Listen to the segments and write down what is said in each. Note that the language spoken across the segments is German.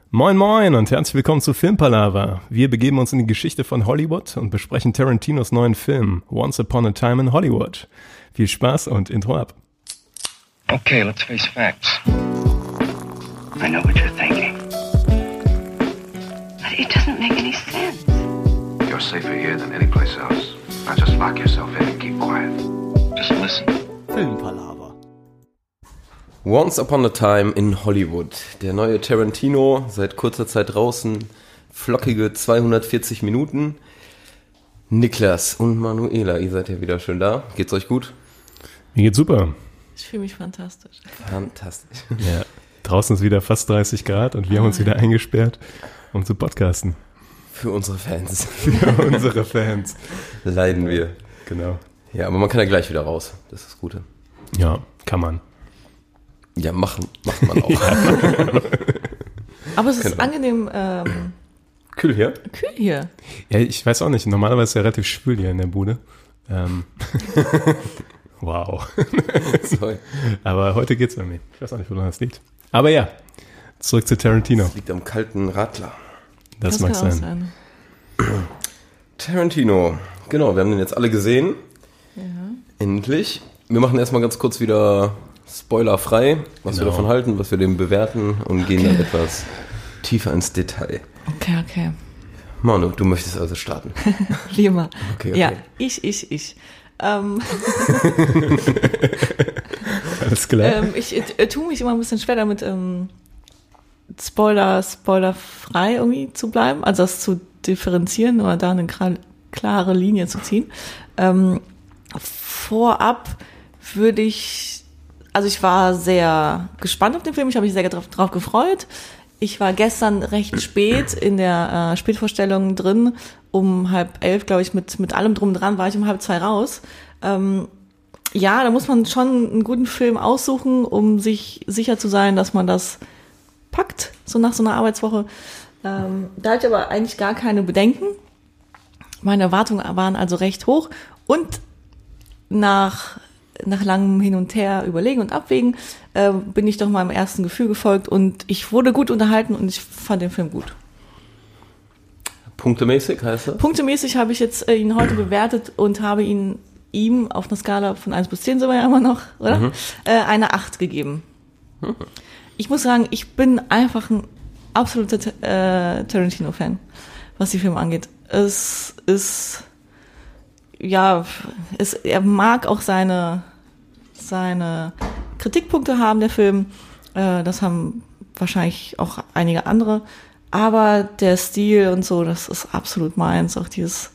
Moin moin und herzlich willkommen zu Filmpalava. Wir begeben uns in die Geschichte von Hollywood und besprechen Tarantinos neuen Film Once Upon a Time in Hollywood. Viel Spaß und Intro ab. Okay, let's face facts. I know what you're thinking. But it doesn't make any sense. You're safer here than any place else. Now just lock yourself in and keep quiet. Just listen. Filmpalava. Once Upon a Time in Hollywood. Der neue Tarantino, seit kurzer Zeit draußen. Flockige 240 Minuten. Niklas und Manuela, ihr seid ja wieder schön da. Geht's euch gut? Mir geht's super. Ich fühle mich fantastisch. Fantastisch. Ja, draußen ist wieder fast 30 Grad und wir haben uns wieder eingesperrt, um zu podcasten. Für unsere Fans. Für unsere Fans. Leiden wir. Genau. Ja, aber man kann ja gleich wieder raus. Das ist das Gute. Ja, kann man. Ja, macht man auch. Aber es ist Genau. angenehm Kühl hier. kühl hier. Ja, ich weiß auch nicht. Normalerweise ist es ja relativ schwül hier in der Bude. Wow. Sorry. Aber heute geht's bei mir. Ich weiß auch nicht, woran das liegt. Aber ja, zurück zu Tarantino. Das liegt am kalten Radler. Das mag kann auch sein. Tarantino. Genau, wir haben den jetzt alle gesehen. Ja. Endlich. Wir machen erstmal ganz kurz wieder spoilerfrei, was wir Genau. davon halten, was wir dem bewerten und gehen dann etwas tiefer ins Detail. Okay. Manu, du möchtest also starten. Lieber. Okay. Ja, ich. Alles klar. Ich tue mich immer ein bisschen schwer damit, spoilerfrei irgendwie zu bleiben, also das zu differenzieren oder da eine klare Linie zu ziehen. Vorab würde ich war sehr gespannt auf den Film, ich habe mich sehr drauf gefreut. Ich war gestern recht spät in der Spätvorstellung drin, um 10:30, glaube ich, mit allem drum und dran war ich um 1:30 raus. Ja, da muss man schon einen guten Film aussuchen, um sich sicher zu sein, dass man das packt, so nach so einer Arbeitswoche. Da hatte ich aber eigentlich gar keine Bedenken. Meine Erwartungen waren also recht hoch und nach langem Hin und Her überlegen und abwägen, bin ich doch meinem ersten Gefühl gefolgt und ich wurde gut unterhalten und ich fand den Film gut. Punktemäßig heißt das? Punktemäßig habe ich jetzt ihn heute bewertet und habe ihm auf einer Skala von 1 bis 10 sind wir ja immer noch, oder? Eine 8 gegeben. Ich muss sagen, ich bin einfach ein absoluter Tarantino-Fan, was die Filme angeht. Er mag auch seine Kritikpunkte haben, der Film. Das haben wahrscheinlich auch einige andere. Aber der Stil und so, das ist absolut meins. Auch dieses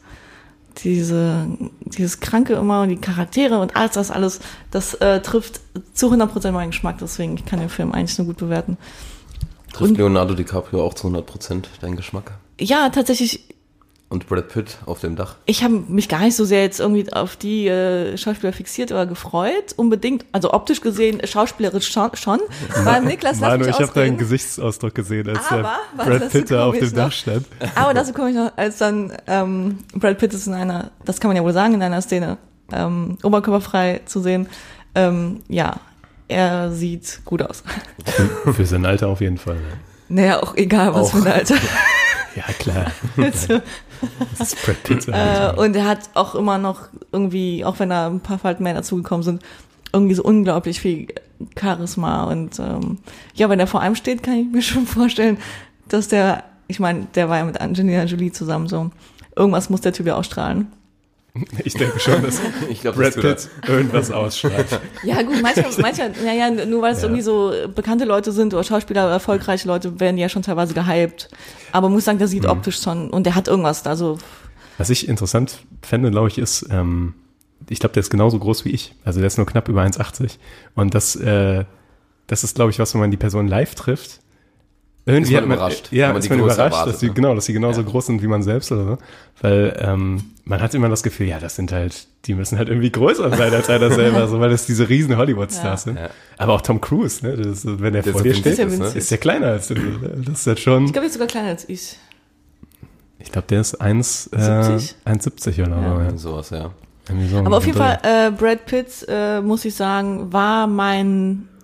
Kranke immer und die Charaktere und alles, das trifft zu 100% meinen Geschmack. Deswegen, ich kann den Film eigentlich nur gut bewerten. Trifft Leonardo DiCaprio auch zu 100% deinen Geschmack? Ja, tatsächlich. Und Brad Pitt auf dem Dach? Ich habe mich gar nicht so sehr jetzt irgendwie auf die Schauspieler fixiert oder gefreut, unbedingt. Also optisch gesehen, schauspielerisch schon. Weil Niklas, lass Manu, mich ich habe deinen ausreden. Gesichtsausdruck gesehen, als Aber, der warte, Brad Pitt dazu da auf komme dem ich Dach noch. stand. Aber dazu komme ich noch, als dann Brad Pitt ist das kann man ja wohl sagen, in einer Szene oberkörperfrei zu sehen. Ja, er sieht gut aus. Für sein Alter auf jeden Fall. Ja. Naja, auch egal, was Auch. für ein Alter. Ja, klar. Also, Das ist Brad Pitt. und er hat auch immer noch irgendwie, auch wenn da ein paar Falten mehr dazugekommen sind, irgendwie so unglaublich viel Charisma. Und ja, wenn er vor einem steht, kann ich mir schon vorstellen, dass der war ja mit Angelina Jolie zusammen so. Irgendwas muss der Typ ja ausstrahlen. Ich denke schon, dass Ich glaube, Brad Pitt irgendwas ausstrahlt. Ja gut, manchmal, naja, nur weil es irgendwie so bekannte Leute sind oder Schauspieler oder erfolgreiche Leute, werden die ja schon teilweise gehypt. Aber man muss sagen, der sieht optisch schon, und der hat irgendwas, also. Was ich interessant fände, glaube ich, ist, ich glaube, der ist genauso groß wie ich. Also der ist nur knapp über 1,80. Und das ist, glaube ich, was, wenn man die Person live trifft. Irgendwie Ist man hat überrascht, Ja, wenn man ist die man Größe überrascht, erwartet, dass sie genauso groß sind wie man selbst oder so. Weil man hat immer das Gefühl, ja, die müssen halt irgendwie größer sein als einer selber, so, weil das diese riesen Hollywood-Stars sind. Ja. Aber auch Tom Cruise, ne, wenn der vor so dir winzig steht, ist, ne? ist der kleiner als du. Das ist halt schon. Ich glaube, er ist sogar kleiner als ich. Ich glaube, der ist 1,70 oder so. Ja. Sowas, ja. Irgendwie so Aber auf jeden Dreh. Fall, Brad Pitt, muss ich sagen, war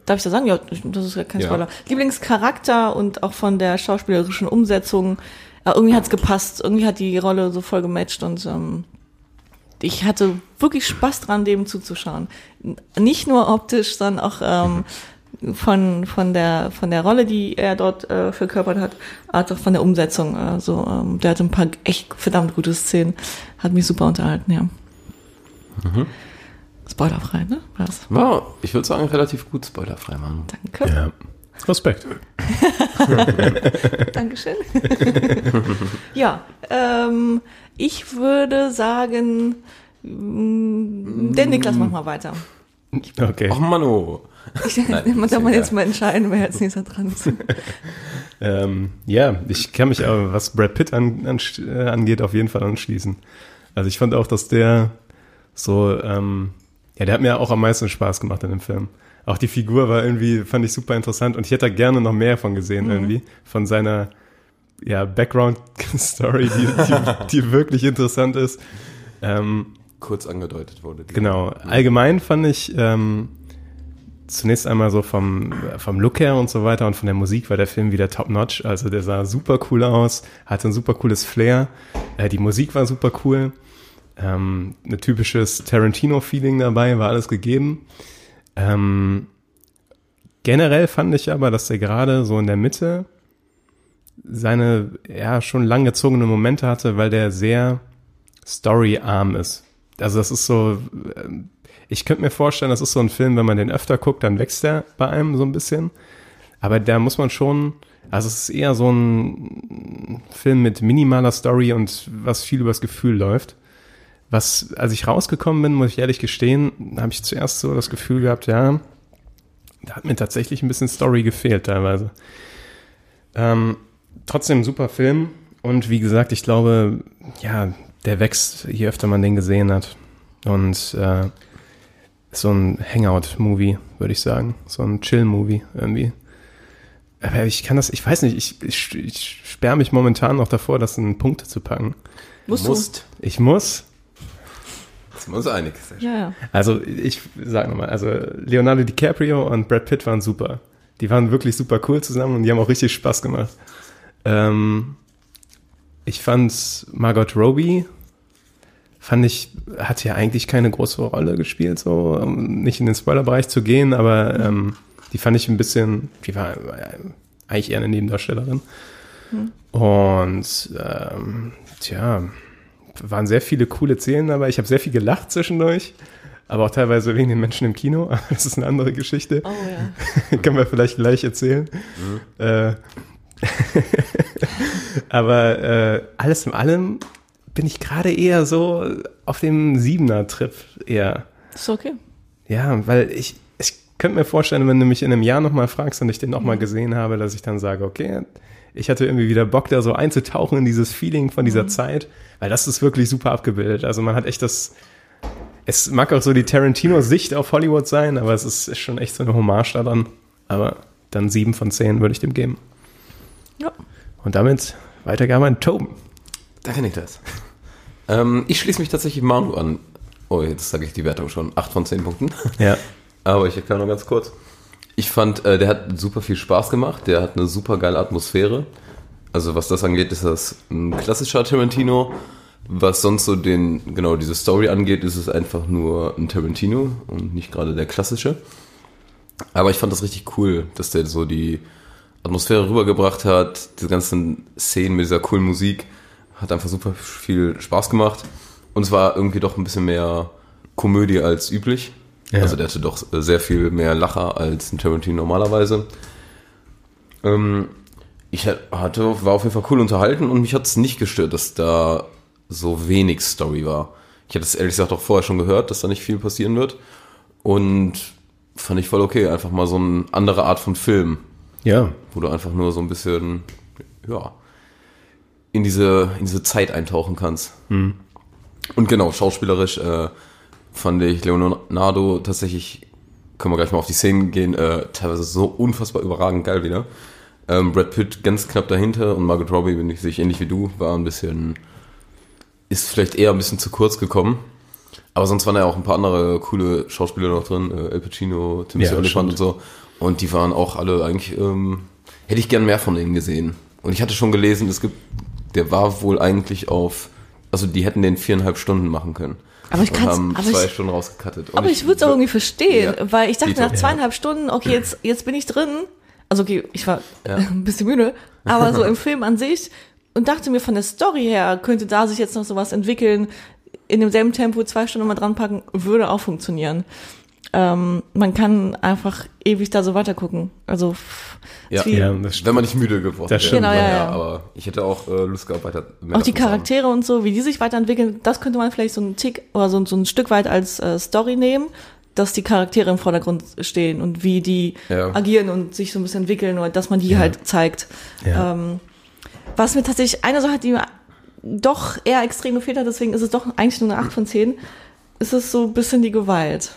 Darf ich das sagen? Ja, das ist ja kein Spoiler. Lieblingscharakter und auch von der schauspielerischen Umsetzung. Irgendwie hat's gepasst. Irgendwie hat die Rolle so voll gematcht und ich hatte wirklich Spaß dran, dem zuzuschauen. Nicht nur optisch, sondern auch von der Rolle, die er dort verkörpert hat, als auch von der Umsetzung. Der hatte ein paar echt verdammt gute Szenen. Hat mich super unterhalten, ja. Spoilerfrei, ne? Was? Ja, ich würde sagen, relativ gut spoilerfrei, Mann. Danke. Ja. Respekt. Dankeschön. Ja, ich würde sagen, der Niklas macht mal weiter. Okay. Ach, Mano. Da kann man jetzt mal entscheiden, wer als nächster dran ist. Ja, ich kann mich aber, was Brad Pitt angeht, auf jeden Fall anschließen. Also ich fand auch, dass der so, der hat mir auch am meisten Spaß gemacht in dem Film. Auch die Figur war irgendwie, fand ich super interessant und ich hätte da gerne noch mehr von gesehen irgendwie, von seiner Background-Story, die wirklich interessant ist. Kurz angedeutet wurde. Genau. Allgemein fand ich zunächst einmal so vom Look her und so weiter und von der Musik war der Film wieder top-notch. Also der sah super cool aus, hatte ein super cooles Flair. Die Musik war super cool. Ein typisches Tarantino-Feeling dabei, war alles gegeben. Generell fand ich aber, dass der gerade so in der Mitte seine schon langgezogene Momente hatte, weil der sehr storyarm ist. Also das ist so, ich könnte mir vorstellen, das ist so ein Film, wenn man den öfter guckt, dann wächst der bei einem so ein bisschen. Aber da muss man schon, also es ist eher so ein Film mit minimaler Story und was viel übers Gefühl läuft. Als ich rausgekommen bin, muss ich ehrlich gestehen, habe ich zuerst so das Gefühl gehabt, da hat mir tatsächlich ein bisschen Story gefehlt teilweise. Trotzdem ein super Film und wie gesagt, ich glaube, der wächst, je öfter man den gesehen hat. Und ist so ein Hangout-Movie, würde ich sagen. So ein Chill-Movie irgendwie. Aber ich weiß nicht, ich sperre mich momentan noch davor, das in Punkte zu packen. Musst. Ich muss. Sind wir uns einig. Ja. Also ich sag nochmal, Leonardo DiCaprio und Brad Pitt waren super. Die waren wirklich super cool zusammen und die haben auch richtig Spaß gemacht. Ich fand Margot Robbie, hat ja eigentlich keine große Rolle gespielt, so, um nicht in den Spoilerbereich zu gehen, aber die fand ich die war eigentlich eher eine Nebendarstellerin. Und waren sehr viele coole Szenen dabei. Ich habe sehr viel gelacht zwischendurch, aber auch teilweise wegen den Menschen im Kino. Das ist eine andere Geschichte. Oh ja. Können wir vielleicht gleich erzählen. Aber alles in allem bin ich gerade eher so auf dem 7er-Trip eher. Ist okay. Ja, weil ich könnte mir vorstellen, wenn du mich in einem Jahr nochmal fragst und ich den nochmal gesehen habe, dass ich dann sage, okay, ich hatte irgendwie wieder Bock, da so einzutauchen in dieses Feeling von dieser Zeit, weil das ist wirklich super abgebildet. Also man hat echt es mag auch so die Tarantino-Sicht auf Hollywood sein, aber es ist schon echt so eine Hommage daran. Aber dann 7 von 10 würde ich dem geben. Ja. Und damit Weitergabe an Toben. Danke, Niklas. Ich schließe mich tatsächlich Manu an. Oh, jetzt sage ich die Wertung schon. 8 von 10 Punkten. Ja. Aber ich erkläre noch ganz kurz. Ich fand, der hat super viel Spaß gemacht. Der hat eine super geile Atmosphäre. Also was das angeht, ist das ein klassischer Tarantino. Was sonst so diese Story angeht, ist es einfach nur ein Tarantino und nicht gerade der klassische. Aber ich fand das richtig cool, dass der so die Atmosphäre rübergebracht hat. Diese ganzen Szenen mit dieser coolen Musik. Hat einfach super viel Spaß gemacht. Und es war irgendwie doch ein bisschen mehr Komödie als üblich. Ja. Also der hatte doch sehr viel mehr Lacher als ein Tarantino normalerweise. Ich war auf jeden Fall cool unterhalten und mich hat es nicht gestört, dass da so wenig Story war. Ich hatte es ehrlich gesagt auch vorher schon gehört, dass da nicht viel passieren wird. Und fand ich voll okay. Einfach mal so eine andere Art von Film. Ja. Wo du einfach nur so ein bisschen, in diese Zeit eintauchen kannst. Mhm. Und genau, schauspielerisch fand ich Leonardo tatsächlich, können wir gleich mal auf die Szenen gehen, teilweise so unfassbar überragend geil wieder. Brad Pitt ganz knapp dahinter und Margot Robbie, sehe ich ähnlich wie du, ist vielleicht eher ein bisschen zu kurz gekommen. Aber sonst waren ja auch ein paar andere coole Schauspieler noch drin, Al Pacino, Timothy Olyphant und so. Und die waren auch alle eigentlich, hätte ich gern mehr von denen gesehen. Und ich hatte schon gelesen, der war wohl eigentlich also die hätten den 4,5 Stunden machen können. Aber ich kann's, haben 2 Stunden rausgekattet. Aber ich würde es auch irgendwie verstehen, Ja, weil ich dachte Dito. nach 2,5 Stunden, okay, jetzt bin ich drin. Also okay, ich war ein bisschen müde, aber so im Film an sich und dachte mir von der Story her, könnte da sich jetzt noch sowas entwickeln, in demselben Tempo 2 Stunden mal dran packen, würde auch funktionieren. Man kann einfach ewig da so weiter gucken. Also Ja, das stimmt. wenn man nicht müde geworden Das wäre. stimmt. Genau, ja. Aber ich hätte auch Lust gehabt, weiter mehr auch die davon zu haben. Charaktere und so, wie die sich weiterentwickeln, das könnte man vielleicht so einen Tick oder so ein Stück weit als Story nehmen, dass die Charaktere im Vordergrund stehen und wie die agieren und sich so ein bisschen entwickeln oder dass man die halt zeigt. Ja. Was mir tatsächlich eine Sache, die mir doch eher extrem gefehlt hat, deswegen ist es doch eigentlich nur eine 8 von 10, ist es so ein bisschen die Gewalt.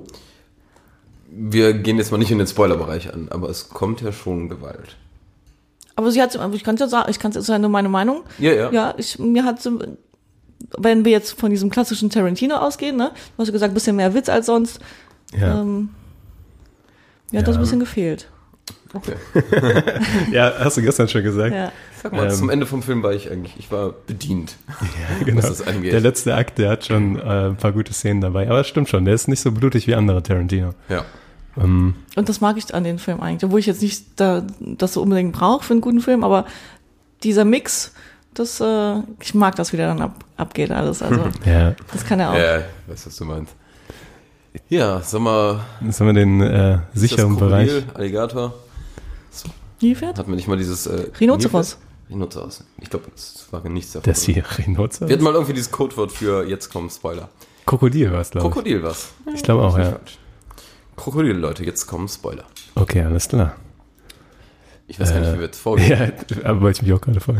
Wir gehen jetzt mal nicht in den Spoilerbereich an, aber es kommt ja schon Gewalt. Aber ich kann es ja sagen, es ist ja nur meine Meinung. Ja. Ja, mir hat so, wenn wir jetzt von diesem klassischen Tarantino ausgehen, ne, du hast ja gesagt, ein bisschen mehr Witz als sonst, Ja. mir hat das ein bisschen gefehlt. Okay. Ja, hast du gestern schon gesagt. Ja. Sag mal, zum Ende vom Film ich war bedient. Ja, genau. Was das angeht. Der letzte Akt, der hat schon ein paar gute Szenen dabei. Aber es stimmt schon, der ist nicht so blutig wie andere Tarantino. Ja. Und das mag ich an den Film eigentlich, obwohl ich jetzt nicht das so unbedingt brauche für einen guten Film, aber dieser Mix, ich mag das, wie der dann abgeht alles. Also Ja. das kann er auch. Ja, ich weiß, was du meinst. Ja, sag mal, Jetzt haben wir den sicheren das Bereich. Krokodil, Alligator, Nilpferd? hatten wir nicht mal dieses Rhinoceros. Rhinoceros. Ich glaube, das war nichts davon. Das hier, Rhinoceros? Wir hatten mal irgendwie dieses Codewort für jetzt kommen Spoiler. Krokodil war es, glaube ich. Krokodil was. Ich glaube auch, ja. Krokodil, Leute, jetzt kommen Spoiler. Okay, alles klar. Ich weiß gar nicht, wie wir jetzt vorgehen. Ja, aber wollte ich mich auch gerade fragen.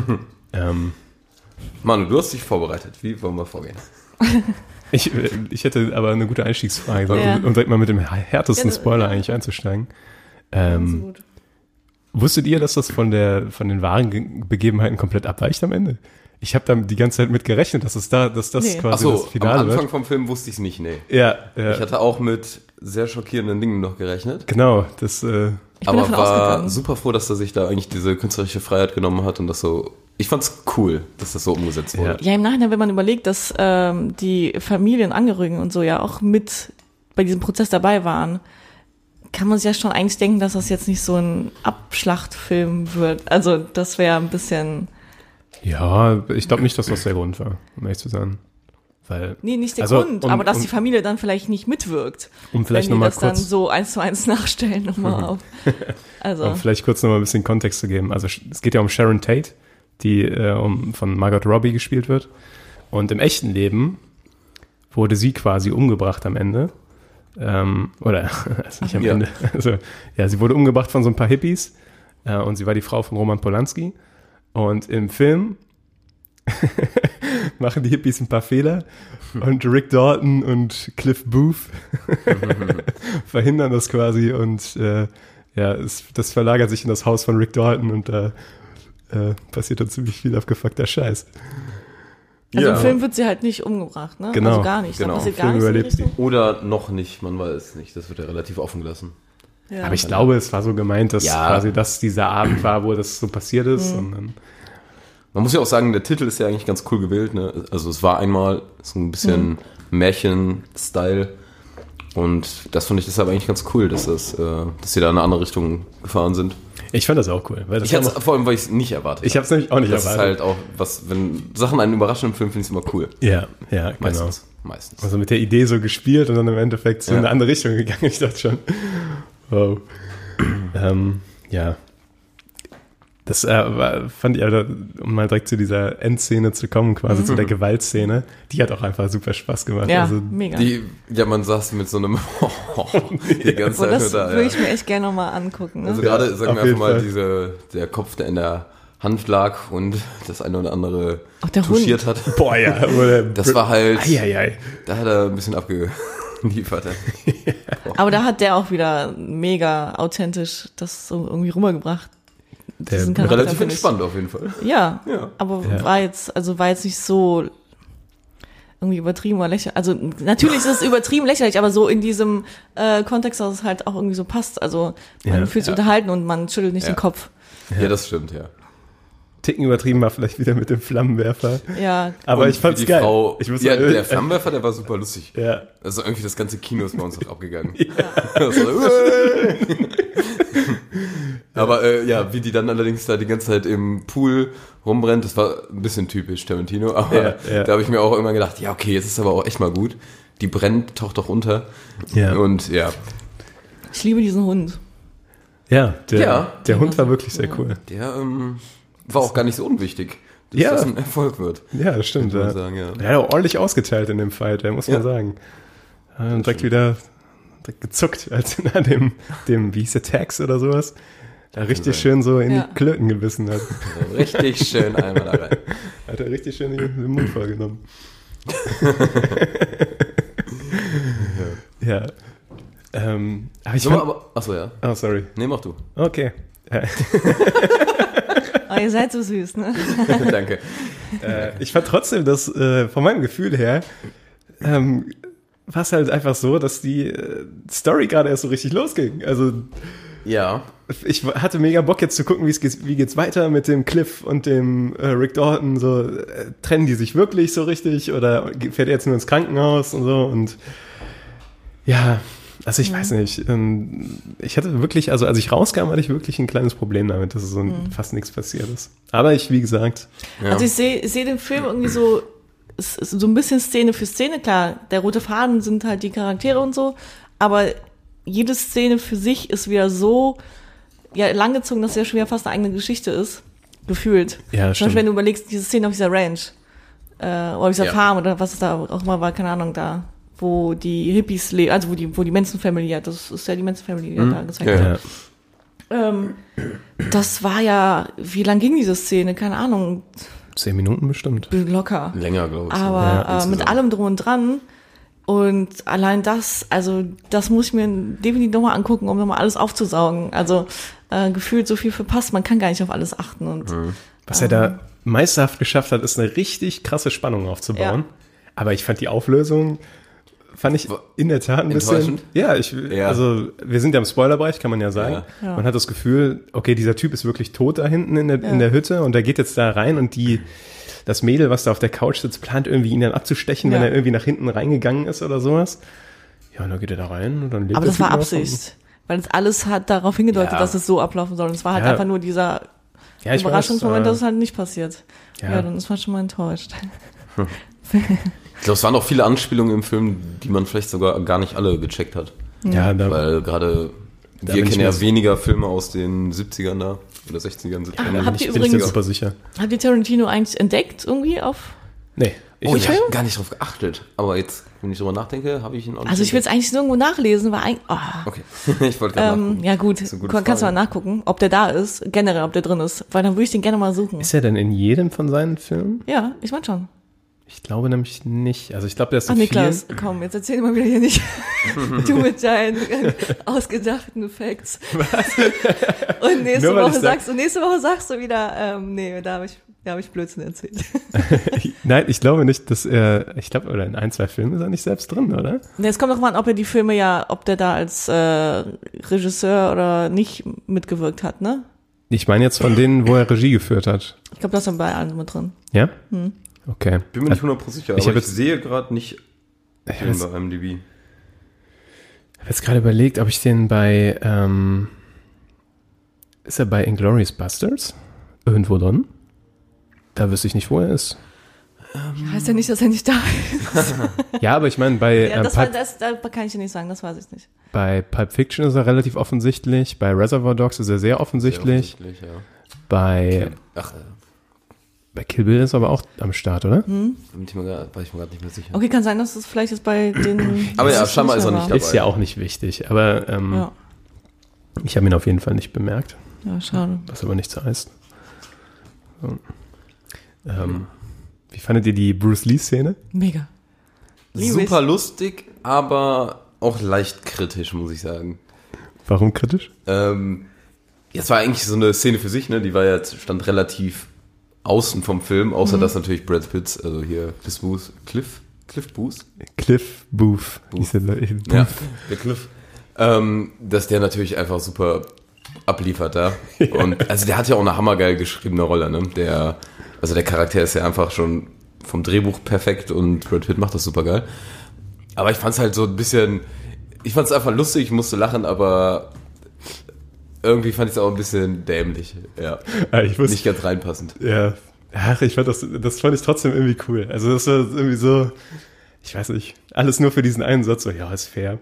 Manu, du hast dich vorbereitet. Wie wollen wir vorgehen? Ich hätte aber eine gute Einstiegsfrage, Ja. um direkt mal mit dem härtesten Spoiler eigentlich einzusteigen. Absolut. Wusstet ihr, dass das von den wahren Begebenheiten komplett abweicht am Ende? Ich habe da die ganze Zeit mit gerechnet, dass das Nee. quasi Achso, das Finale am Anfang wird. vom Film wusste ich es nicht, nee. Ja, Ich hatte auch mit sehr schockierenden Dingen noch gerechnet. genau. Das, Ich bin aber davon war ausgegangen. super froh, dass er sich da eigentlich diese künstlerische Freiheit genommen hat und das so. Ich fand's cool, dass das so umgesetzt wurde. Ja, im Nachhinein, wenn man überlegt, dass die Familienangehörigen und so ja auch mit bei diesem Prozess dabei waren, kann man sich ja schon eigentlich denken, dass das jetzt nicht so ein Abschlachtfilm wird. Also das wäre ein bisschen... ja, ich glaube nicht, dass das der Grund war, um ehrlich zu sein. Weil, Nee, nicht der also, Grund, aber dass die Familie dann vielleicht nicht mitwirkt. um vielleicht wenn die nochmal das dann kurz, so 1:1 nachstellen nochmal auf. Also, um vielleicht kurz nochmal ein bisschen Kontext zu geben. Also es geht ja um Sharon Tate, die von Margot Robbie gespielt wird. Und im echten Leben wurde sie quasi umgebracht am Ende. Oder also nicht am Ja. Ende. Also, ja, sie wurde umgebracht von so ein paar Hippies. Und sie war die Frau von Roman Polanski. Und im Film machen die Hippies ein paar Fehler und Rick Dalton und Cliff Booth verhindern das quasi und das verlagert sich in das Haus von Rick Dalton und da passiert dann ziemlich viel abgefuckter Scheiß. im Film wird sie halt nicht umgebracht, ne? Genau, Also gar nicht. genau. Da passiert Im gar Film nichts in die überlebt sie. Richtung. Oder noch nicht, man weiß es nicht. Das wird ja relativ offen gelassen. Ja. Aber ich glaube, es war so gemeint, dass Ja. quasi das dieser Abend war, wo das so passiert ist. Und dann, Man muss ja auch sagen, der Titel ist ja eigentlich ganz cool gewählt. Ne? Also es war einmal so ein bisschen Märchen-Style. Und das fand ich deshalb eigentlich ganz cool, dass sie da in eine andere Richtung gefahren sind. ich fand das auch cool. Weil das Ich hatte vor allem, weil ich es nicht erwartet ich habe es nämlich auch nicht Das erwartet. ist halt auch was, wenn Sachen einen überraschen im Film, finde ich es immer cool. Ja, genau. Meistens. Also mit der Idee so gespielt und dann im Endeffekt so in eine andere Richtung gegangen. Ich dachte schon, wow. Ja. Das fand ich, um mal direkt zu dieser Endszene zu kommen, quasi zu der Gewaltszene, die hat auch einfach super Spaß gemacht. Ja, Also, mega. Man saß mit so einem die ganze Aber Zeit das nur da. würde Ja. ich mir echt gerne nochmal angucken. Ne? Also gerade, sagen auf wir jeden einfach mal, der Kopf, der in der Hand lag und das eine oder andere Auch der touchiert hat. boah, ja. Oder Das war halt, Eieiei. da hat er ein bisschen abgeliefert. Aber da hat der auch wieder mega authentisch das so irgendwie rübergebracht. Diesen Charakter, Relativ finde ich. entspannt auf jeden Fall. Ja, Ja. aber Ja. war jetzt nicht so irgendwie übertrieben oder lächerlich. Also natürlich ist es übertrieben lächerlich, aber so in diesem Kontext, dass es halt auch irgendwie so passt. Also man fühlt sich unterhalten und man schüttelt nicht den Kopf. Ja, das stimmt, ja. Ticken übertrieben war vielleicht wieder mit dem Flammenwerfer. Ja. Aber Und ich fand's wie die geil. Frau, Ich muss ja, sagen, der Flammenwerfer, der war super lustig. Ja. Also irgendwie das ganze Kino ist bei uns auch abgegangen. Aber ja, wie die dann allerdings da die ganze Zeit im Pool rumbrennt, das war ein bisschen typisch Tarantino. Aber da habe ich mir auch immer gedacht, ja okay, jetzt ist aber auch echt mal gut. Die brennt, taucht doch unter. Ja. Und ja, Ich liebe diesen Hund. Ja, der Ja. Hund war wirklich sehr cool. der war auch gar nicht so unwichtig, dass Ja. das ein Erfolg wird. Ja, das stimmt. Muss man Ja. sagen, ja. Er hat auch ordentlich ausgeteilt in dem Fight, muss man sagen. Und direkt wieder gezuckt, als er dem, wie hieß der, Tax oder sowas, da richtig schön so in Ja. die Klöten gebissen hat. Also richtig schön einmal da rein. Hat er richtig schön den Mund vollgenommen. ja. Aber ich fand, Achso, ja. oh, sorry. Nee, mach du. Okay. Oh, ihr seid so süß, ne? Danke. Ich fand trotzdem, dass von meinem Gefühl her war es halt einfach so, dass die Story gerade erst so richtig losging. Also Ja. ich hatte mega Bock jetzt zu gucken, wie geht's weiter mit dem Cliff und dem Rick Dalton. So trennen die sich wirklich so richtig oder fährt er jetzt nur ins Krankenhaus und so und ja. Also ich weiß nicht, ich hatte wirklich, also als ich rauskam, hatte ich wirklich ein kleines Problem damit, dass so fast nichts passiert ist. Aber wie gesagt. Ja. Also ich sehe den Film irgendwie so ein bisschen Szene für Szene. Klar, der rote Faden sind halt die Charaktere und so, aber jede Szene für sich ist wieder so langgezogen, dass es ja schon wieder fast eine eigene Geschichte ist, gefühlt. Ja, Zum stimmt. Beispiel, wenn du überlegst, diese Szene auf dieser Ranch oder auf dieser Farm oder was es da auch mal war, keine Ahnung, da wo die Hippies leben, also wo die Manson Family hat, das ist ja die Manson Family, die da gezeigt wird. Ja. Das war ja, wie lang ging diese Szene? Keine Ahnung, 10 Minuten bestimmt. locker. Länger, glaube ich. Aber mit allem drum und dran und allein das, also das muss ich mir definitiv nochmal angucken, um nochmal alles aufzusaugen. Also gefühlt so viel verpasst, man kann gar nicht auf alles achten. Und Was er da meisterhaft geschafft hat, ist eine richtig krasse Spannung aufzubauen. Ja. Aber ich fand die Auflösung, fand ich in der Tat ein bisschen. Enttäuschend? Ja, also wir sind ja im Spoilerbereich, kann man ja sagen. Ja. Man hat das Gefühl, okay, dieser Typ ist wirklich tot da hinten in der Hütte und der geht jetzt da rein und das Mädel, was da auf der Couch sitzt, plant irgendwie ihn dann abzustechen, wenn er irgendwie nach hinten reingegangen ist oder sowas. Ja, und dann geht er da rein und dann lebt aber der das war Typ noch Absicht, weil es alles hat darauf hingedeutet, dass es so ablaufen soll. Und es war halt einfach nur dieser Ja, ich Überraschungsmoment, weiß, dass es halt nicht passiert. Ja, dann ist man schon mal enttäuscht. Ich glaube, es waren auch viele Anspielungen im Film, die man vielleicht sogar gar nicht alle gecheckt hat. Ja, da, Weil gerade wir bin ich kennen ja mir- weniger Filme aus den 70ern da. Oder 60ern, 70ern. Habt ihr bin ich mir übrigens, super sicher. habt ihr Tarantino eigentlich entdeckt irgendwie auf? Nee. Oh, ich habe gar nicht drauf geachtet. Aber jetzt, wenn ich drüber nachdenke, habe ich ihn auch nicht Also ich will es eigentlich nirgendwo nachlesen, weil eigentlich, Okay, ich wollte gerade nachgucken. ja gut, Das ist eine gute kannst du mal Frage. nachgucken, ob der da ist, generell, ob der drin ist, weil dann würde ich den gerne mal suchen. Ist er denn in jedem von seinen Filmen? Ja, ich meine schon. Ich glaube nämlich nicht. Also ich glaube, der ist Ach in Niklas, vielen. komm, jetzt erzähl mal wieder hier nicht. Du mit deinen ausgedachten Facts. Und Nur weil ich nächste Woche sagst du wieder, nee, da habe ich Blödsinn erzählt. Nein, ich glaube nicht, dass er, oder in 1, 2 Filmen ist er nicht selbst drin, oder? Nee, es kommt doch mal an, ob er die Filme ob der da als Regisseur oder nicht mitgewirkt hat, ne? Ich meine jetzt von denen, wo er Regie geführt hat. Ich glaube, das ist bei allen mit drin. Ja? Okay. Bin mir nicht 100% sicher, Ich aber hab ich jetzt- sehe gerade nicht Ich Film bei IMDb. habe jetzt gerade überlegt, ob ich den bei, ist er bei Inglourious Basterds? Irgendwo drin? Da wüsste ich nicht, wo er ist. Heißt ja nicht, dass er nicht da ist. Ja, aber ich meine, bei, Ja, da kann ich dir nicht sagen, das weiß ich nicht. bei Pulp Fiction ist er relativ offensichtlich. Bei Reservoir Dogs ist er sehr offensichtlich. Sehr offensichtlich, ja. Bei Kill Bill ist er aber auch am Start, oder? War ich mir gerade nicht mehr sicher. Okay, kann sein, dass es vielleicht jetzt bei den... Aber ja, das scheinbar ist er mehr nicht war. dabei. Ist ja auch nicht wichtig, aber Ja, ich habe ihn auf jeden Fall nicht bemerkt, ja, schade. was aber nichts heißt. So. Wie fandet ihr die Bruce Lee-Szene? Mega. Liebe Super lustig, aber auch leicht kritisch, muss ich sagen. Warum kritisch? Jetzt war eigentlich so eine Szene für sich, ne? Die war stand relativ außen vom Film, außer dass natürlich Brad Pitt, also hier Cliff Cliff Booth? Cliff Booth. Hieß der, Ja, der Cliff. Dass der natürlich einfach super abliefert da. Und also der hat ja auch eine hammergeil geschriebene Rolle, ne? Der Charakter ist ja einfach schon vom Drehbuch perfekt und Brad Pitt macht das super geil. Aber ich fand's halt so ein bisschen, ich fand's einfach lustig, ich musste lachen, aber irgendwie fand ich es auch ein bisschen dämlich. Ja. Nicht ganz reinpassend. Ja. Ach, ich fand das fand ich trotzdem irgendwie cool. Also das war irgendwie so, ich weiß nicht, alles nur für diesen einen Satz, so, ja, ist fair.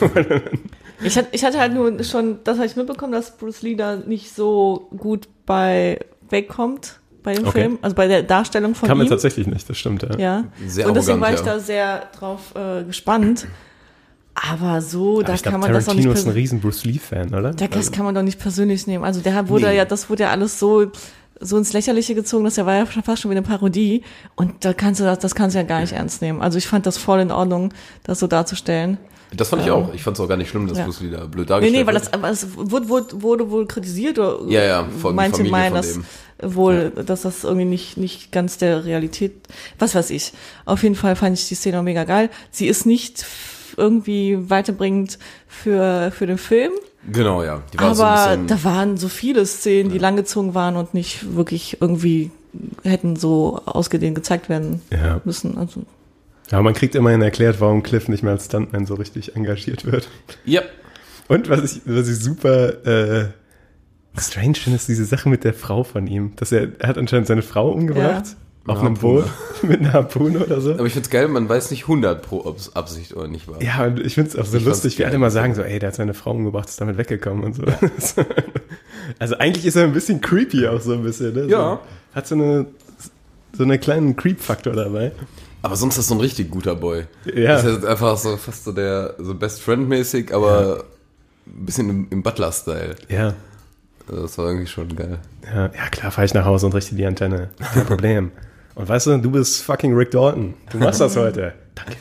Ich hatte halt nur schon, das habe ich mitbekommen, dass Bruce Lee da nicht so gut bei wegkommt bei dem Film, also bei der Darstellung von ihm. Kam mir tatsächlich nicht, das stimmt, ja. Ja. Sehr und deswegen war arrogant, ich da sehr drauf gespannt. Aber so, Aber da ich glaub, kann man das auch nicht Tarantino ist ein riesen Bruce Lee-Fan, oder? das kann man doch nicht persönlich nehmen. Also das wurde ja alles so ins Lächerliche gezogen, das war ja fast schon wie eine Parodie. Und das kannst du ja gar nicht ernst nehmen. Also ich fand das voll in Ordnung, das so darzustellen. Das fand ich auch. Ich fand es auch gar nicht schlimm, dass Bruce Lee da blöd dargestellt wird. Aber es wurde wohl kritisiert oder von manche Familie meinen, von dass wohl, dass das irgendwie nicht ganz der Realität, was weiß ich. Auf jeden Fall fand ich die Szene auch mega geil. Sie ist nicht irgendwie weiterbringend für den Film. Genau, ja. Die war aber so ein bisschen, da waren so viele Szenen, die langgezogen waren und nicht wirklich irgendwie hätten so ausgedehnt gezeigt werden müssen. Also ja, man kriegt immerhin erklärt, warum Cliff nicht mehr als Stuntman so richtig engagiert wird. Ja. Und was ich super strange finde, ist diese Sache mit der Frau von ihm. Dass er hat anscheinend seine Frau umgebracht. Auf einem Boot mit einer Harpune oder so. Aber ich find's geil, man weiß nicht 100 pro, ob es Absicht oder nicht war. Ja, und ich find's auch so lustig, wie alle mal sagen so, ey, der hat seine Frau umgebracht, ist damit weggekommen und so. Ja. Also eigentlich ist er ein bisschen creepy auch so ein bisschen, ne? Ja. So, hat so eine kleinen Creep-Faktor dabei. Aber sonst ist er so ein richtig guter Boy. Ja. Das ist einfach so fast so der so Best Friend-mäßig, aber ein bisschen im Butler-Style. Ja. Also das war irgendwie schon geil. Ja, klar, fahr ich nach Hause und richte die Antenne. Kein Problem. Und weißt du bist fucking Rick Dalton. Du machst das heute.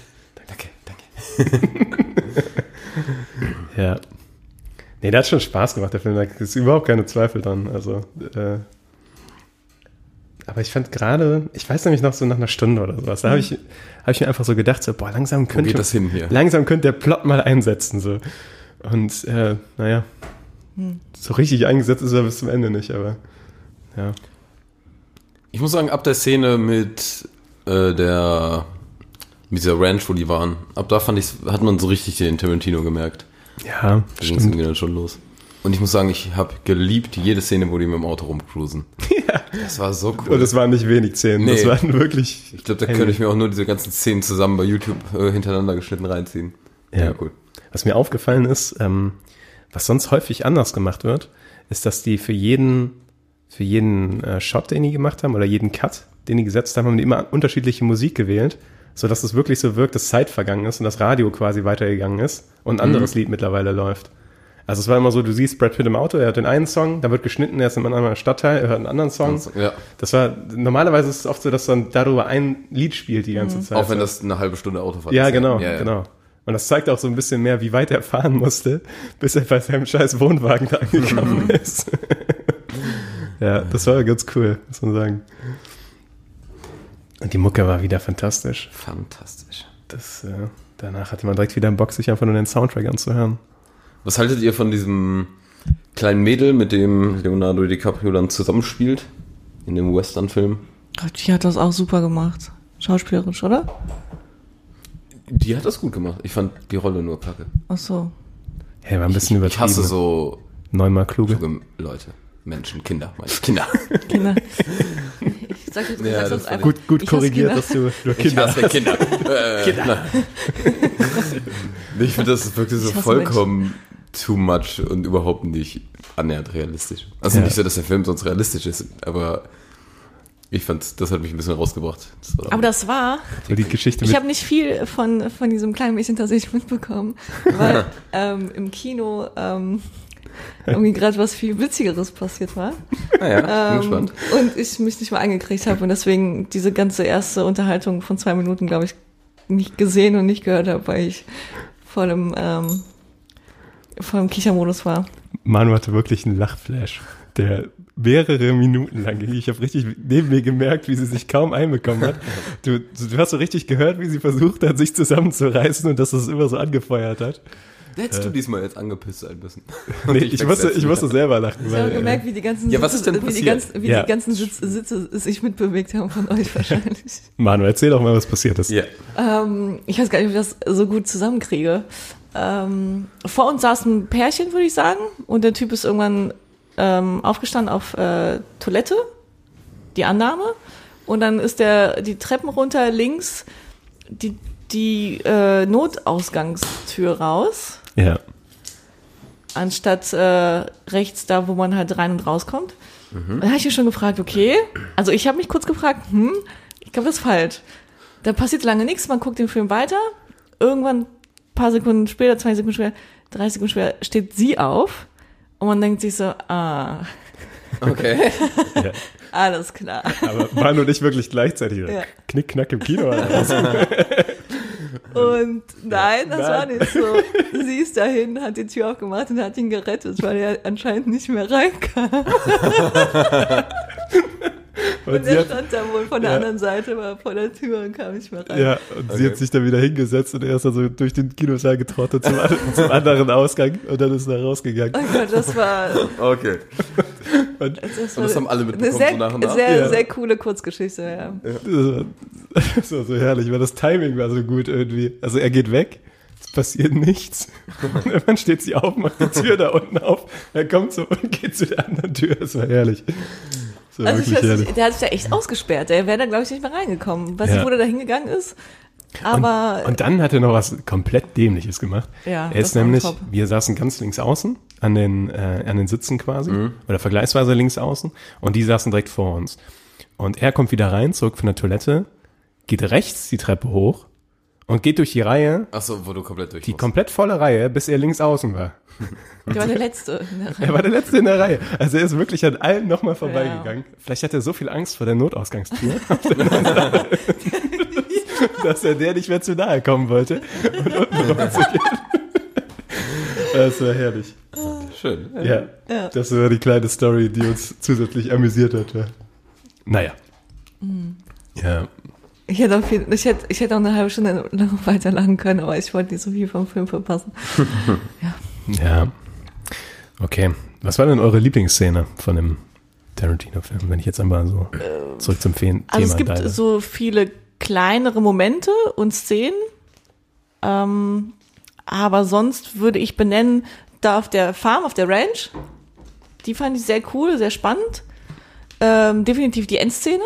Danke. Ja. Nee, der hat schon Spaß gemacht, der Film. Da ist überhaupt keine Zweifel dran. Also, aber ich fand gerade, ich weiß nämlich noch so nach einer Stunde oder sowas, da hab ich mir einfach so gedacht, so, boah, langsam könnte der Plot mal einsetzen. So. Und naja, so richtig eingesetzt ist er bis zum Ende nicht, aber ja. Ich muss sagen, ab der Szene mit dieser Ranch, wo die waren, ab da hat man so richtig den Tarantino gemerkt. Ja, da ging es irgendwie dann schon los. Und ich muss sagen, ich habe geliebt jede Szene, wo die mit dem Auto rumcruisen. Ja. Das war so cool. Und es waren nicht wenig Szenen, das waren wirklich... Ich glaube, da könnte ich mir auch nur diese ganzen Szenen zusammen bei YouTube hintereinander geschnitten reinziehen. Ja, cool. Was mir aufgefallen ist, was sonst häufig anders gemacht wird, ist, dass die für jeden Shot, den die gemacht haben, oder jeden Cut, den die gesetzt haben die immer unterschiedliche Musik gewählt, sodass es wirklich so wirkt, dass Zeit vergangen ist und das Radio quasi weitergegangen ist und ein anderes Lied mittlerweile läuft. Also es war immer so, du siehst Brad Pitt im Auto, er hat den einen Song, da wird geschnitten, er ist in einem anderen Stadtteil, er hört einen anderen Song. Ja. Normalerweise ist es oft so, dass dann darüber ein Lied spielt die ganze Zeit. Auch wenn das eine halbe Stunde Autofahrt ist. Ja, genau. Und das zeigt auch so ein bisschen mehr, wie weit er fahren musste, bis er bei seinem scheiß Wohnwagen da angekommen ist. Ja, das war ganz cool, muss man sagen. Und die Mucke war wieder fantastisch. Danach hatte man direkt wieder Bock, sich einfach nur den Soundtrack anzuhören. Was haltet ihr von diesem kleinen Mädel, mit dem Leonardo DiCaprio dann zusammenspielt? In dem Western-Film? Die hat das auch super gemacht. Schauspielerisch, oder? Die hat das gut gemacht. Ich fand die Rolle nur kacke. Ach so. Hey, war ein bisschen übertrieben. Ich hasse so neunmal kluge Leute. Menschen, Kinder, meine Kinder. Ich sag jetzt Ja, das einfach. Gut korrigiert, dass du nur Kinder Ich hasse Kinder. Kinder. Ich finde, das wirklich so vollkommen too much und überhaupt nicht annähernd realistisch. Also nicht so, dass der Film sonst realistisch ist, aber ich fand, das hat mich ein bisschen rausgebracht. Aber das war... die Geschichte ich habe nicht viel von diesem kleinen Mädchen tatsächlich mitbekommen, weil im Kino irgendwie gerade was viel Witzigeres passiert war. Bin gespannt. Und ich mich nicht mal eingekriegt habe und deswegen diese ganze erste Unterhaltung von 2 Minuten, glaube ich, nicht gesehen und nicht gehört habe, weil ich voll im Kichermodus war. Manu hatte wirklich einen Lachflash, der mehrere Minuten lang ging. Ich habe richtig neben mir gemerkt, wie sie sich kaum einbekommen hat. Du hast so richtig gehört, wie sie versucht hat, sich zusammenzureißen und dass es immer so angefeuert hat. Hättest du diesmal jetzt angepisst sein müssen. Nee, ich musste selber lachen. Ich habe gemerkt, wie die ganzen Ja, was ist denn passiert? die ganzen Sitze sich mitbewegt haben von euch wahrscheinlich. Manu, erzähl doch mal, was passiert ist. Ja. Ich weiß gar nicht, ob ich das so gut zusammenkriege. Vor uns saß ein Pärchen, würde ich sagen, und der Typ ist irgendwann aufgestanden auf Toilette, die Annahme, und dann ist die Treppen runter links die Notausgangstür raus. Ja. Anstatt rechts da, wo man halt rein und rauskommt. Dann habe ich mich schon gefragt, okay, also ich habe mich kurz gefragt, ich glaube, das ist falsch. Da passiert lange nichts, man guckt den Film weiter, irgendwann ein paar Sekunden später, 2 Sekunden später, 3 Sekunden später steht sie auf und man denkt sich so, Okay. Ja. alles klar. Aber Manu nicht wirklich gleichzeitig. Ja. Knick, knack im Kino. Oder was? Und nein, das Nein. war nicht so. Sie ist dahin, hat die Tür aufgemacht und hat ihn gerettet, weil er anscheinend nicht mehr reinkam. Und sie er hat, stand da wohl von der anderen Seite, war vor der Tür und kam nicht mehr rein. ja, und sie hat sich dann wieder hingesetzt und er ist dann so durch den Kinosaal getrottet zum anderen Ausgang und dann ist er rausgegangen. Oh Gott, das war, Okay. Und Und das haben alle eine mitbekommen, sehr, so nach und nach. sehr, Ja. sehr coole Kurzgeschichte, ja. das war so herrlich, weil das Timing war so gut irgendwie. Also er geht weg, es passiert nichts. Und irgendwann steht sie auf, macht die Tür da unten auf, er kommt so und geht zu der anderen Tür. Das war herrlich. Das war Also ich wirklich weiß, herrlich. der hat sich da echt ausgesperrt. Der wäre da, glaube ich, nicht mehr reingekommen. Weiß Ja. nicht, wo der da hingegangen ist. Aber Und dann hat er noch was komplett Dämliches gemacht. Ja, er das ist war nämlich, top. wir saßen ganz links außen, an den Sitzen quasi, oder vergleichsweise links außen, und die saßen direkt vor uns. Und er kommt wieder rein, zurück von der Toilette, geht rechts die Treppe hoch und geht durch die Reihe, Achso, wo du komplett durch die musst. komplett volle Reihe, bis er links außen war. der war der Letzte in der Reihe. Er war der Letzte in der Reihe. Also er ist wirklich an allen nochmal vorbeigegangen. Vielleicht hat er so viel Angst vor der Notausgangstür, dass er der nicht mehr zu nahe kommen wollte und unten rauszugehen. Das war herrlich. Schön. Ja, das war die kleine Story, die uns zusätzlich amüsiert hat. Ja. Naja. Ja. Ich hätte auch eine halbe Stunde noch weiter lachen können, aber ich wollte nicht so viel vom Film verpassen. Ja. Okay. Was war denn eure Lieblingsszene von dem Tarantino-Film, wenn ich jetzt einmal so zurück zum Thema Also es gibt dive? so viele kleinere Momente und Szenen, aber sonst würde ich benennen, da auf der Farm, auf der Ranch, die fand ich sehr cool, sehr spannend. Definitiv die Endszene.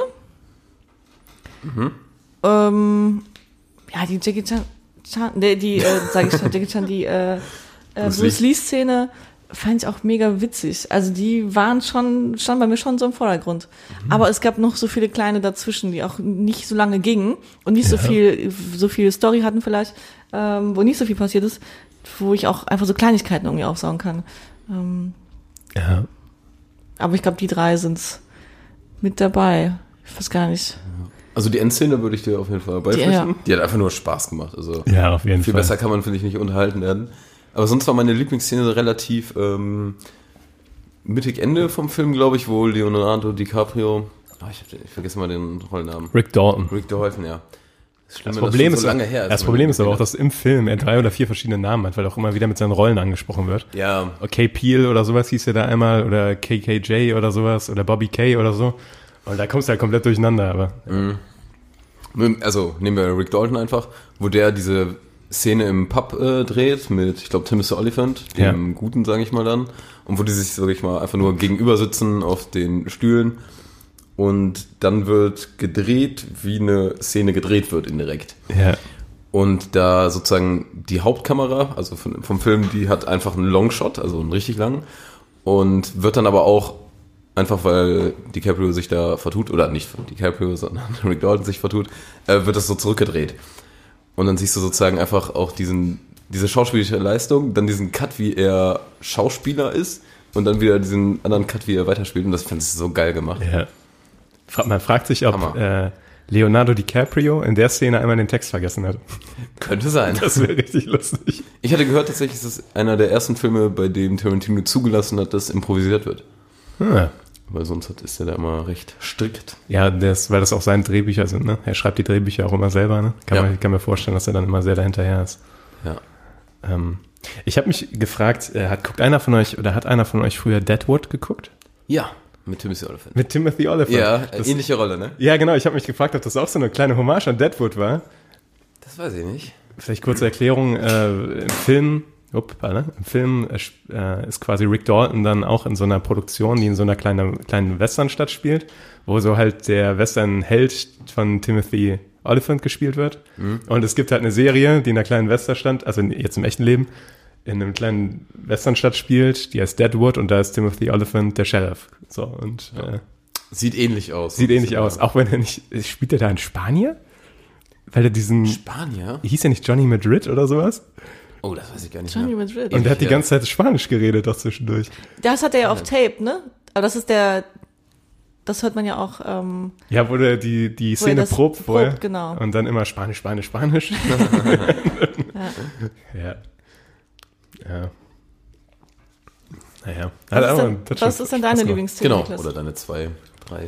Ja, die Jackie Chan, Jackie Chan, die Bruce Lee-Szene fand ich auch mega witzig. Also die standen bei mir schon so im Vordergrund. Aber es gab noch so viele kleine dazwischen, die auch nicht so lange gingen und nicht so viel Story hatten vielleicht, wo nicht so viel passiert ist, wo ich auch einfach so Kleinigkeiten irgendwie aufsaugen kann. Ja. Aber ich glaube, die 3 sind's mit dabei. Ich weiß gar nicht. Also die Endszene würde ich dir auf jeden Fall beipflichten. Ja. Die hat einfach nur Spaß gemacht. Also Ja, auf jeden viel Fall. besser kann man, finde ich, nicht unterhalten werden. Aber sonst war meine Lieblingsszene relativ mittig Ende vom Film, glaube ich, wo Leonardo DiCaprio, ich vergesse mal den Rollennamen. Rick Dalton. Rick Dalton, ja. Das Problem ist, so lange her. das Problem ist aber auch, dass im Film er 3 oder 4 verschiedene Namen hat, weil auch immer wieder mit seinen Rollen angesprochen wird. Ja, Okay, Peel oder sowas hieß er da einmal, oder KKJ oder sowas, oder Bobby K oder so. Und da kommst du halt komplett durcheinander, aber. also nehmen wir Rick Dalton einfach, wo der diese Szene im Pub dreht mit, ich glaube, Timothy Olyphant, dem Guten, sage ich mal dann, und wo die sich, sag ich mal, einfach nur gegenüber sitzen auf den Stühlen und dann wird gedreht, wie eine Szene gedreht wird indirekt. Ja. Und da sozusagen die Hauptkamera, also vom Film, die hat einfach einen Longshot, also einen richtig langen, und wird dann aber auch einfach, weil DiCaprio sich da vertut, oder nicht DiCaprio, sondern Rick Dalton sich vertut, wird das so zurückgedreht. Und dann siehst du sozusagen einfach auch diese schauspielerische Leistung, dann diesen Cut, wie er Schauspieler ist, und dann wieder diesen anderen Cut, wie er weiterspielt. Und das fand ich so geil gemacht. Ja. Man fragt sich, ob Hammer. Leonardo DiCaprio in der Szene einmal den Text vergessen hat. Könnte sein. Das wäre richtig lustig. Ich hatte gehört, tatsächlich ist es einer der ersten Filme, bei dem Tarantino zugelassen hat, dass improvisiert wird. Ah, Weil sonst ist er da immer recht strikt. Ja, weil das auch seine Drehbücher sind, ne? Er schreibt die Drehbücher auch immer selber, ne? Ich kann mir vorstellen, dass er dann immer sehr dahinterher ist. Ja. Ich habe mich gefragt, hat einer von euch früher Deadwood geguckt? Ja, mit Timothy Olyphant. Mit Timothy Olyphant. Ja, ähnliche Rolle, ne? Ja, genau. Ich habe mich gefragt, ob das auch so eine kleine Hommage an Deadwood war. Das weiß ich nicht. Vielleicht kurze Erklärung. Im Film ist quasi Rick Dalton dann auch in so einer Produktion, die in so einer kleinen Westernstadt spielt, wo so halt der Western-Held von Timothy Olyphant gespielt wird. Und es gibt halt eine Serie, die in einer kleinen Westernstadt, also jetzt im echten Leben, in einem kleinen Westernstadt spielt, die heißt Deadwood, und da ist Timothy Olyphant der Sheriff. So, und sieht ähnlich aus. Auch wenn er nicht, spielt er da in Spanier? Weil er diesen... Spanier? Hieß er nicht Johnny Madrid oder sowas? Oh, das weiß ich gar nicht Johnny mehr. Madrid. Und der hat die ganze Zeit Spanisch geredet, doch zwischendurch. Das hat er ja auf Tape, ne? Aber das hört man ja auch, Ja, wo der die Szene das probt vorher. genau. Und dann immer Spanisch. Ja. Naja. Was ist denn deine Lieblingsszene, Genau, Niklas? oder deine 2, 3.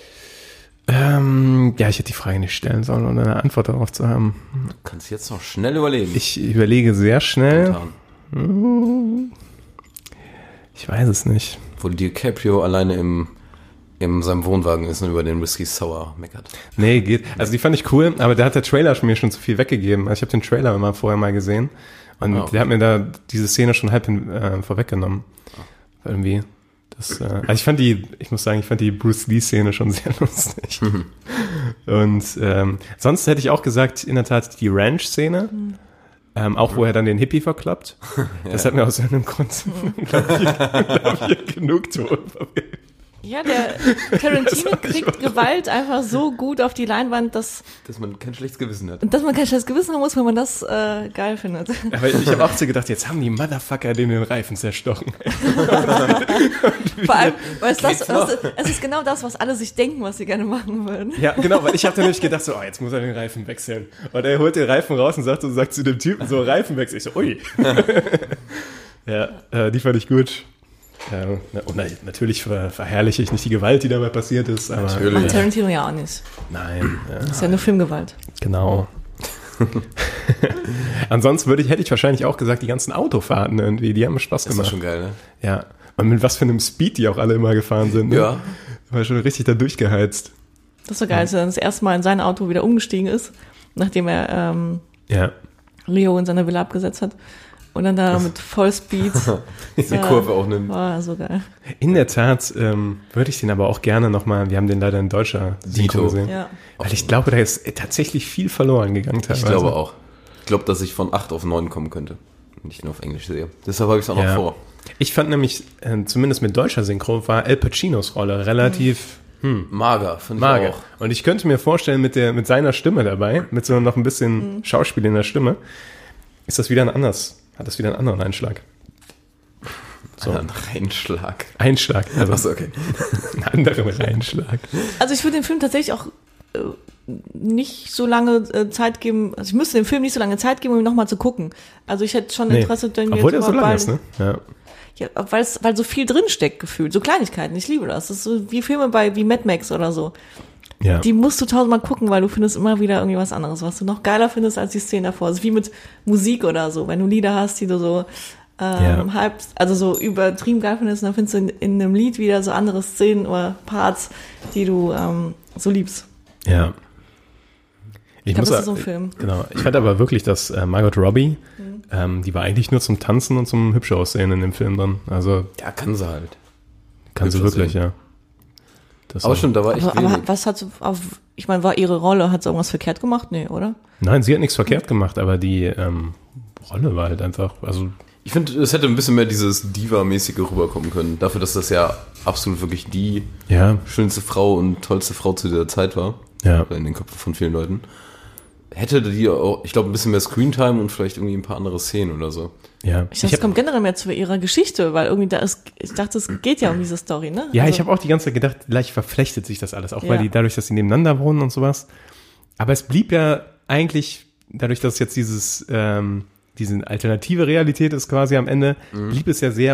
Ja, ich hätte die Frage nicht stellen sollen, um eine Antwort darauf zu haben. Du kannst jetzt noch schnell überlegen. Ich überlege sehr schnell. Spontan. Ich weiß es nicht. Wo DiCaprio alleine in seinem Wohnwagen ist und über den Whisky Sour meckert. Nee, geht. Also die fand ich cool, aber der Trailer mir schon zu viel weggegeben. Also ich habe den Trailer vorher mal gesehen und der hat mir da diese Szene schon halb vorweggenommen. Irgendwie. Also ich fand die Bruce Lee-Szene schon sehr lustig. Und sonst hätte ich auch gesagt, in der Tat die Ranch-Szene. Auch wo er dann den Hippie verkloppt. Das hat mir aus irgendeinem Grund glaub ich, Genugtuung verwirrt. Ja, der Tarantino kriegt Gewalt einfach so gut auf die Leinwand, dass man kein schlechtes Gewissen hat. man kein schlechtes Gewissen haben muss, wenn man das geil findet. Aber ich habe auch so gedacht, jetzt haben die Motherfucker den Reifen zerstochen. Vor allem, weil es ist genau das, was alle sich denken, was sie gerne machen würden. Ja, genau, weil ich habe dann nämlich gedacht, so, jetzt muss er den Reifen wechseln. Und er holt den Reifen raus und sagt zu dem Typen so, Reifen wechseln. Ich so, ui. Ja, die fand ich gut. Und natürlich verherrliche ich nicht die Gewalt, die dabei passiert ist. Aber Natürlich. Macht Tarantino ja auch nicht. Nein. Das ist ja nur Filmgewalt. Genau. Ansonsten hätte ich wahrscheinlich auch gesagt, die ganzen Autofahrten irgendwie, die haben mir Spaß gemacht. Das ist schon geil, ne? Ja. Und mit was für einem Speed die auch alle immer gefahren sind. Ne? Ja. War schon richtig da durchgeheizt. Das ist so geil, als er dann das erste Mal in sein Auto wieder umgestiegen ist, nachdem er Leo in seiner Villa abgesetzt hat. Und dann da mit Vollspeed. Diese Kurve auch nimmt. War so geil. In der Tat würde ich den aber auch gerne nochmal, wir haben den leider in deutscher Synchro gesehen. Ja. Weil ich glaube, da ist tatsächlich viel verloren gegangen teilweise. Ich glaube auch. Ich glaube, dass ich von 8 auf 9 kommen könnte. Wenn ich nur auf Englisch sehe. Deshalb habe ich es auch noch vor. Ich fand nämlich, zumindest mit deutscher Synchro, war Al Pacinos Rolle relativ mager, finde ich auch. Und ich könnte mir vorstellen, mit seiner Stimme dabei, mit so noch ein bisschen Schauspiel in der Stimme, hat das wieder einen anderen Einschlag. So. Ein Reinschlag. Einschlag. Also Achso, okay. Ein anderer Reinschlag. Also ich würde dem Film tatsächlich auch nicht so lange Zeit geben, also ich müsste dem Film nicht so lange Zeit geben, um ihn nochmal zu gucken. Also ich hätte schon Interesse, den obwohl der so lang ist, ne? Ja. Ja, weil so viel drinsteckt gefühlt, so Kleinigkeiten, ich liebe das. Das ist so wie Filme wie Mad Max oder so. Ja. Die musst du tausendmal gucken, weil du findest immer wieder irgendwie was anderes, was du noch geiler findest als die Szene davor. Also wie mit Musik oder so, wenn du Lieder hast, die du so also so übertrieben geil findest, dann findest du in einem Lied wieder so andere Szenen oder Parts, die du so liebst. Ja. Ich glaube, das ist so ein Film. Genau. Ich fand aber wirklich, dass Margot Robbie, die war eigentlich nur zum Tanzen und zum hübsch aussehen in dem Film dann. Also Ja, kann sie halt. kann sie wirklich, ja. Das Aber stimmt, da war echt Aber wenig. was hat sie ich meine, war ihre Rolle, hat sie irgendwas verkehrt gemacht? Nee, oder? Nein, sie hat nichts verkehrt gemacht, aber die Rolle war halt einfach, also Ich finde, es hätte ein bisschen mehr dieses Diva-mäßige rüberkommen können. Dafür, dass das ja absolut wirklich die schönste Frau und tollste Frau zu dieser Zeit war. Ja. In den Köpfen von vielen Leuten. Hätte die auch, ich glaube, ein bisschen mehr Screentime und vielleicht irgendwie ein paar andere Szenen oder so. ja. Ich dachte, es kommt generell mehr zu ihrer Geschichte, weil irgendwie ich dachte, es geht ja um diese Story, ne? Ja, Also, ich habe auch die ganze Zeit gedacht, vielleicht verflechtet sich das alles, auch Ja. weil die dadurch, dass sie nebeneinander wohnen und sowas. Aber es blieb ja eigentlich, dadurch, dass jetzt diese alternative Realität ist quasi am Ende, blieb es ja sehr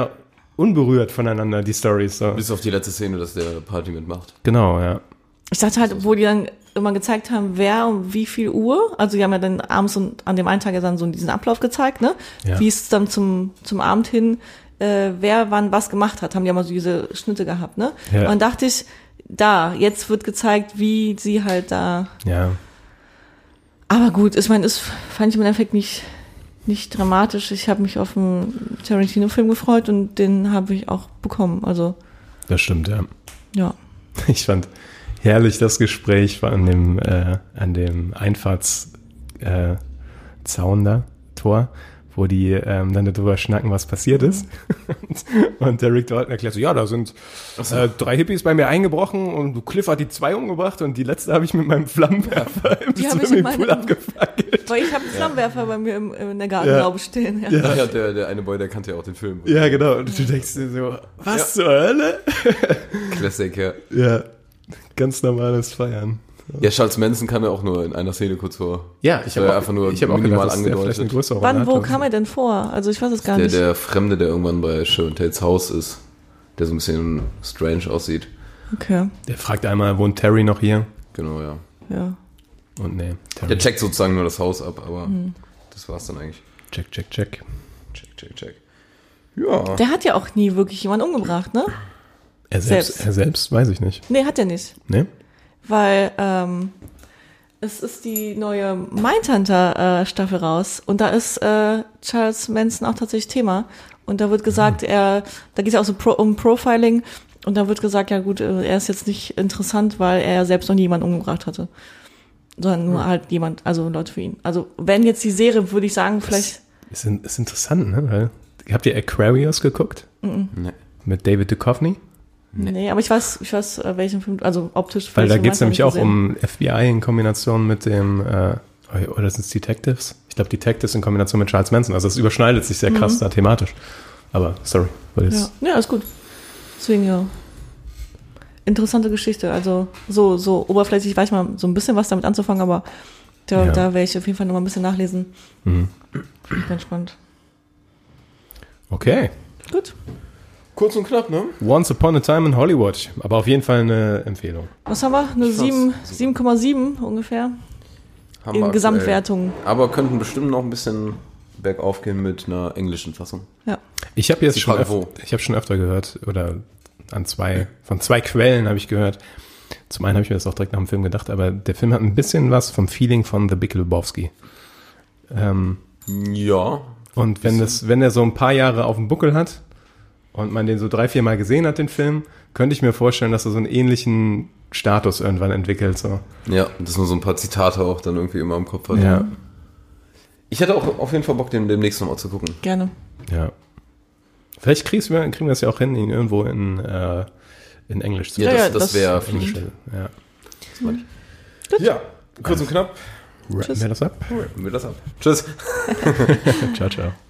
unberührt voneinander, die Storys. So. Bis auf die letzte Szene, dass der Party mitmacht. Genau, ja. Ich dachte halt, wo die dann immer gezeigt haben, wer um wie viel Uhr, also die haben ja dann abends und an dem einen Tag ja dann so diesen Ablauf gezeigt, ne? Ja. Wie es dann zum Abend hin, wer wann was gemacht hat, haben die ja mal so diese Schnitte gehabt, ne? Ja. Und dann dachte ich, jetzt wird gezeigt, wie sie halt da. Ja. Aber gut, ich meine, das fand ich im Endeffekt nicht dramatisch. Ich habe mich auf einen Tarantino-Film gefreut und den habe ich auch bekommen. Also Das stimmt, ja. ja. Ich fand herrlich das Gespräch an dem Einfahrtszaun da, Tor, wo die dann darüber schnacken, was passiert ist. Und der Rick Dalton erklärt so, ja, da sind 3 Hippies bei mir eingebrochen und Cliff hat die 2 umgebracht und die letzte habe ich mit meinem Flammenwerfer im Die hab ich Swimmingpool in abgefackelt. Weil ich habe einen Flammenwerfer bei mir in der Gartenlaube stehen. Ja. Ja, der eine Boy, der kannte ja auch den Film. Ja, genau. Und du denkst dir so, was zur Hölle? Classic, ja. Ja, ganz normales Feiern. Ja, Charles Manson kam ja auch nur in einer Szene kurz vor. Ja, ich Das war habe ja einfach nur ich hab auch minimal gedacht, dass der vielleicht eine angedeutet. größere Rolle Wann, hat. wo kam er denn vor? Also ich weiß es gar nicht. Der Fremde, der irgendwann bei Sharon Tates Haus ist, der so ein bisschen strange aussieht. Okay, Der fragt einmal, wohnt Terry noch hier? Genau, ja. ja. Und nee, Terry. Der checkt sozusagen nur das Haus ab, aber das war's dann eigentlich. Check. Check. Ja. Der hat ja auch nie wirklich jemanden umgebracht, ne? Er selbst, weiß ich nicht. Nee, hat er nicht. Ne? Weil es ist die neue Mindhunter Staffel raus und da ist Charles Manson auch tatsächlich Thema. Und da wird gesagt, da geht es ja auch so um Profiling und da wird gesagt, ja gut, er ist jetzt nicht interessant, weil er selbst noch nie jemanden umgebracht hatte. Sondern nur halt jemand, also Leute für ihn. Also wenn jetzt die Serie, würde ich sagen, vielleicht... Ist interessant, ne? Weil, habt ihr Aquarius geguckt? Nee. Mit David Duchovny? Nee, aber ich weiß, welchen Film, also optisch... Weil da welchen geht es nämlich auch gesehen. um FBI in Kombination mit dem, oder sind es Detectives? Ich glaube Detectives in Kombination mit Charles Manson. Also es überschneidet sich sehr krass da thematisch. Aber sorry, weil jetzt Ja, ist gut. Deswegen ja. Interessante Geschichte. Also so oberflächlich weiß man so ein bisschen was damit anzufangen, aber da werde ich auf jeden Fall noch mal ein bisschen nachlesen. Ganz spannend. Okay. Gut. Kurz und knapp, ne? Once Upon a Time in Hollywood. Aber auf jeden Fall eine Empfehlung. Was haben wir? Eine 7,7 ungefähr Haben wir in aktuell. Gesamtwertung. Aber könnten bestimmt noch ein bisschen bergauf gehen mit einer englischen Fassung. Ja. Ich habe jetzt Die schon Frage, wo? schon öfter gehört, oder von zwei Quellen habe ich gehört. Zum einen habe ich mir das auch direkt nach dem Film gedacht, aber der Film hat ein bisschen was vom Feeling von The Big Lebowski. Ja. Und wenn er so ein paar Jahre auf dem Buckel hat und man den so 3-4 Mal gesehen hat, den Film, könnte ich mir vorstellen, dass er so einen ähnlichen Status irgendwann entwickelt. So. Ja, dass man so ein paar Zitate auch dann irgendwie immer im Kopf hat. Ja, Ich hätte auch auf jeden Fall Bock, den demnächst nochmal zu gucken. Gerne. ja. Vielleicht kriegen wir das ja auch hin, ihn irgendwo in Englisch zu Ja, Ja, das wäre Englisch, fliegend. ja. Ja, kurz und knapp. Rappen wir das ab? Rappen wir das ab. Tschüss. Ciao, ciao.